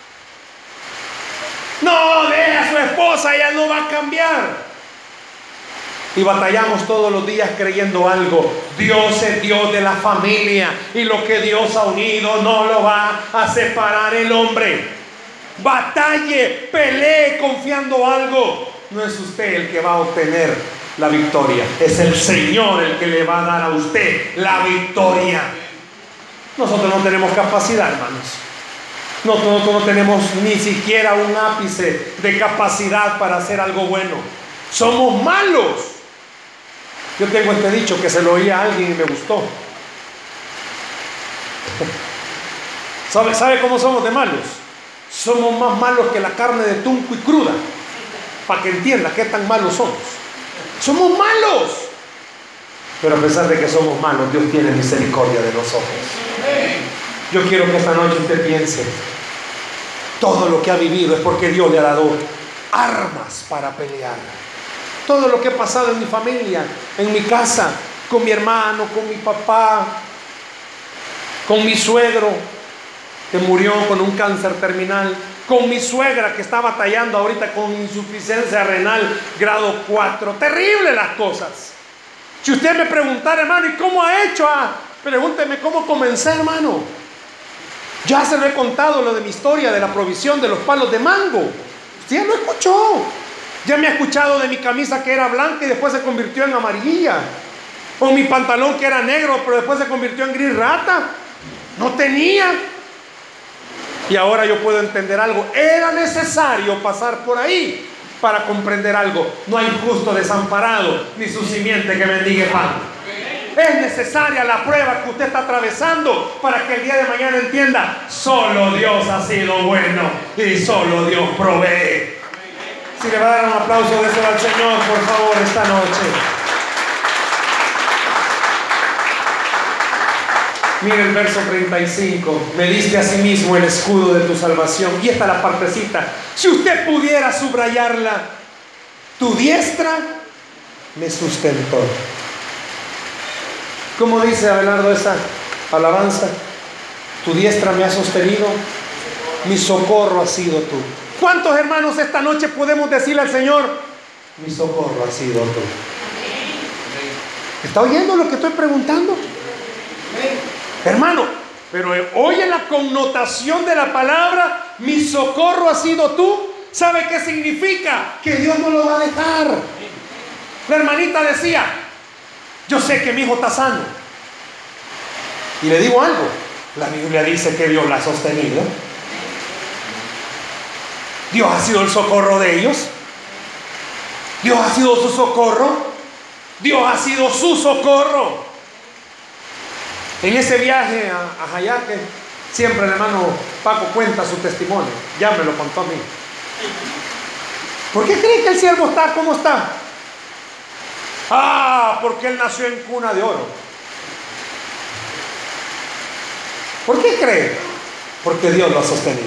Speaker 2: No, deje a su esposa, ella no va a cambiar. Y batallamos todos los días creyendo algo. Dios es Dios de la familia, y lo que Dios ha unido no lo va a separar el hombre. Batalle, pelee confiando algo. No es usted el que va a obtener la victoria, es el Señor el que le va a dar a usted la victoria. Nosotros no tenemos capacidad, hermanos. Nosotros no tenemos ni siquiera un ápice de capacidad para hacer algo bueno. Somos malos. Yo tengo este dicho que se lo oí a alguien y me gustó. ¿Sabe cómo somos de malos? Somos más malos que la carne de tunco y cruda. Para que entienda qué tan malos somos. Somos malos. Pero a pesar de que somos malos, Dios tiene misericordia de nosotros. Yo quiero que esta noche usted piense, todo lo que ha vivido es porque Dios le ha dado armas para pelear. Todo lo que he pasado en mi familia, en mi casa, con mi hermano, con mi papá, con mi suegro que murió con un cáncer terminal, con mi suegra que está batallando ahorita con insuficiencia renal grado 4. Terrible las cosas. Si usted me preguntara, hermano, ¿y cómo ha hecho? Pregúnteme cómo comencé, hermano. Ya se lo he contado, lo de mi historia de la provisión de los palos de mango. Usted ya lo escuchó. Ya me ha escuchado de mi camisa que era blanca y después se convirtió en amarilla. O mi pantalón que era negro pero después se convirtió en gris rata. No tenía. Y ahora yo puedo entender algo. Era necesario pasar por ahí para comprender algo. No hay justo desamparado, ni su simiente que mendigue pan. Es necesaria la prueba que usted está atravesando para que el día de mañana entienda: solo Dios ha sido bueno y solo Dios provee. Si le va a dar un aplauso de eso al Señor, por favor, esta noche. Mire el verso 35. Me diste a sí mismo el escudo de tu salvación. Y esta es la partecita. Si usted pudiera subrayarla: tu diestra me sustentó. ¿Cómo dice Abelardo esa alabanza? Tu diestra me ha sostenido, mi socorro ha sido tú. ¿Cuántos hermanos esta noche podemos decirle al Señor: mi socorro ha sido tú? ¿Está oyendo lo que estoy preguntando? Hermano, pero oye la connotación de la palabra: mi socorro ha sido tú. ¿Sabe qué significa? Que Dios no lo va a dejar. La hermanita decía: yo sé que mi hijo está sano. Y le digo algo: la Biblia dice que Dios la ha sostenido. Dios ha sido el socorro de ellos. Dios ha sido su socorro. Dios ha sido su socorro. En ese viaje a Jayaque, siempre el hermano Paco cuenta su testimonio. Ya me lo contó a mí. ¿Por qué cree que el siervo está como está? Porque él nació en cuna de oro. ¿Por qué cree? Porque Dios lo ha sostenido.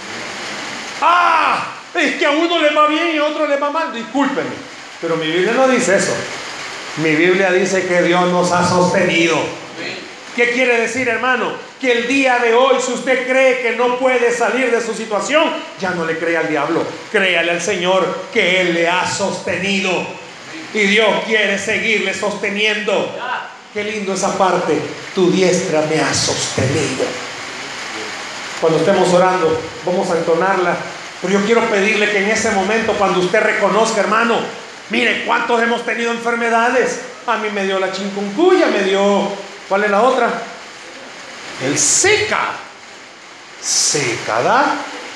Speaker 2: Es que a uno le va bien y a otro le va mal. Discúlpenme, pero mi Biblia no dice eso. Mi Biblia dice que Dios nos ha sostenido. ¿Qué quiere decir, hermano? Que el día de hoy, si usted cree que no puede salir de su situación, ya no le crea al diablo, créale al Señor que Él le ha sostenido. Y Dios quiere seguirle sosteniendo. Qué lindo esa parte: tu diestra me ha sostenido. Cuando estemos orando, vamos a entonarla. Pero yo quiero pedirle que en ese momento, cuando usted reconozca, hermano, mire cuántos hemos tenido enfermedades. A mí me dio la chikungunya, me dio, ¿cuál es la otra? El Zika, ¿da?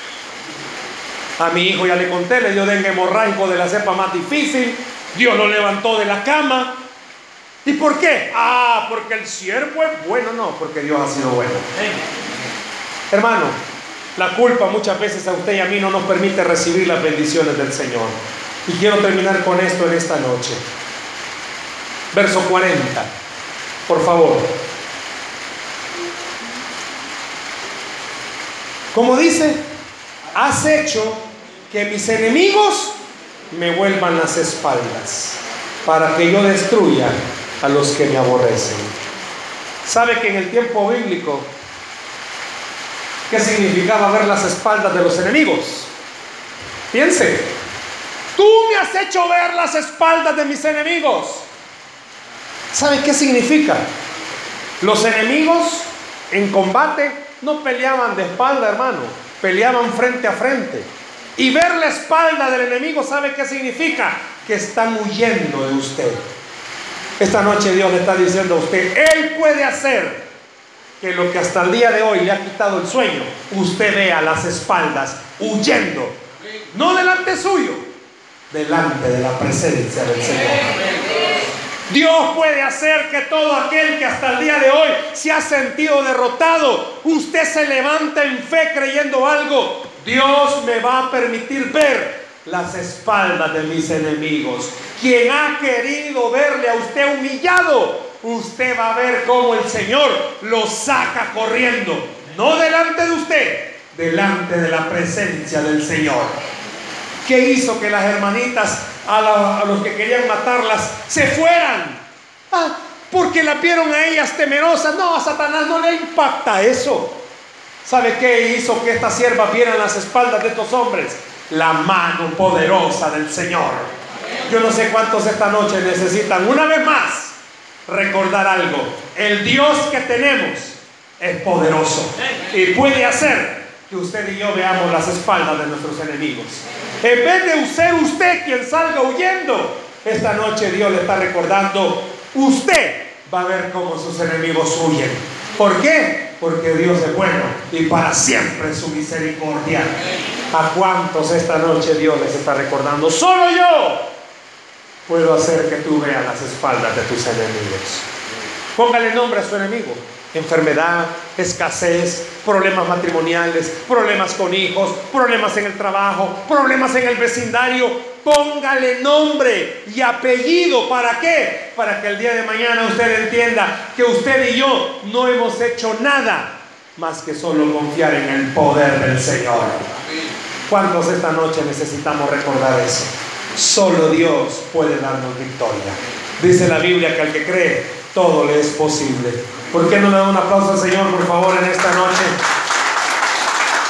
Speaker 2: A mi hijo ya le conté, le dio dengue hemorrágico de la cepa más difícil. Dios lo levantó de la cama. ¿Y por qué? Porque el siervo es bueno. No, porque Dios ha sido bueno. Hermano, la culpa muchas veces a usted y a mí no nos permite recibir las bendiciones del Señor. Y quiero terminar con esto en esta noche. Verso 40, por favor. Como dice: has hecho que mis enemigos me vuelvan las espaldas, para que yo destruya a los que me aborrecen. ¿Sabe que en el tiempo bíblico qué significaba ver las espaldas de los enemigos? Piense: tú me has hecho ver las espaldas de mis enemigos. ¿Sabe qué significa? Los enemigos en combate no peleaban de espalda, hermano, peleaban frente a frente. Y ver la espalda del enemigo, ¿sabe qué significa? Que están huyendo de usted. Esta noche Dios le está diciendo a usted: Él puede hacer que lo que hasta el día de hoy le ha quitado el sueño, usted vea las espaldas huyendo, no delante suyo, delante de la presencia del Señor. Dios puede hacer que todo aquel que hasta el día de hoy se ha sentido derrotado, usted se levanta en fe creyendo algo. Dios me va a permitir ver las espaldas de mis enemigos. Quien ha querido verle a usted humillado, usted va a ver cómo el Señor lo saca corriendo, no delante de usted, delante de la presencia del Señor. ¿Qué hizo que las hermanitas a los que querían matarlas se fueran? Porque la vieron a ellas temerosas. No, a Satanás no le impacta eso. ¿Sabe qué hizo que estas siervas vieran las espaldas de estos hombres? La mano poderosa del Señor. Yo no sé cuántos esta noche necesitan una vez más recordar algo. El Dios que tenemos es poderoso y puede hacer que usted y yo veamos las espaldas de nuestros enemigos. En vez de ser usted quien salga huyendo, esta noche Dios le está recordando: usted va a ver cómo sus enemigos huyen. ¿Por qué? Porque Dios es bueno y para siempre su misericordia. ¿A cuántos esta noche Dios les está recordando? Solo yo puedo hacer que tú veas las espaldas de tus enemigos. Póngale nombre a su enemigo: enfermedad, escasez, problemas matrimoniales, problemas con hijos, problemas en el trabajo, problemas en el vecindario. Póngale nombre y apellido. ¿Para qué? Para que el día de mañana usted entienda que usted y yo no hemos hecho nada más que solo confiar en el poder del Señor. ¿Cuántos esta noche necesitamos recordar eso? Solo Dios puede darnos victoria. Dice la Biblia que al que cree, todo le es posible. ¿Por qué no le da un aplauso al Señor, por favor, en esta noche?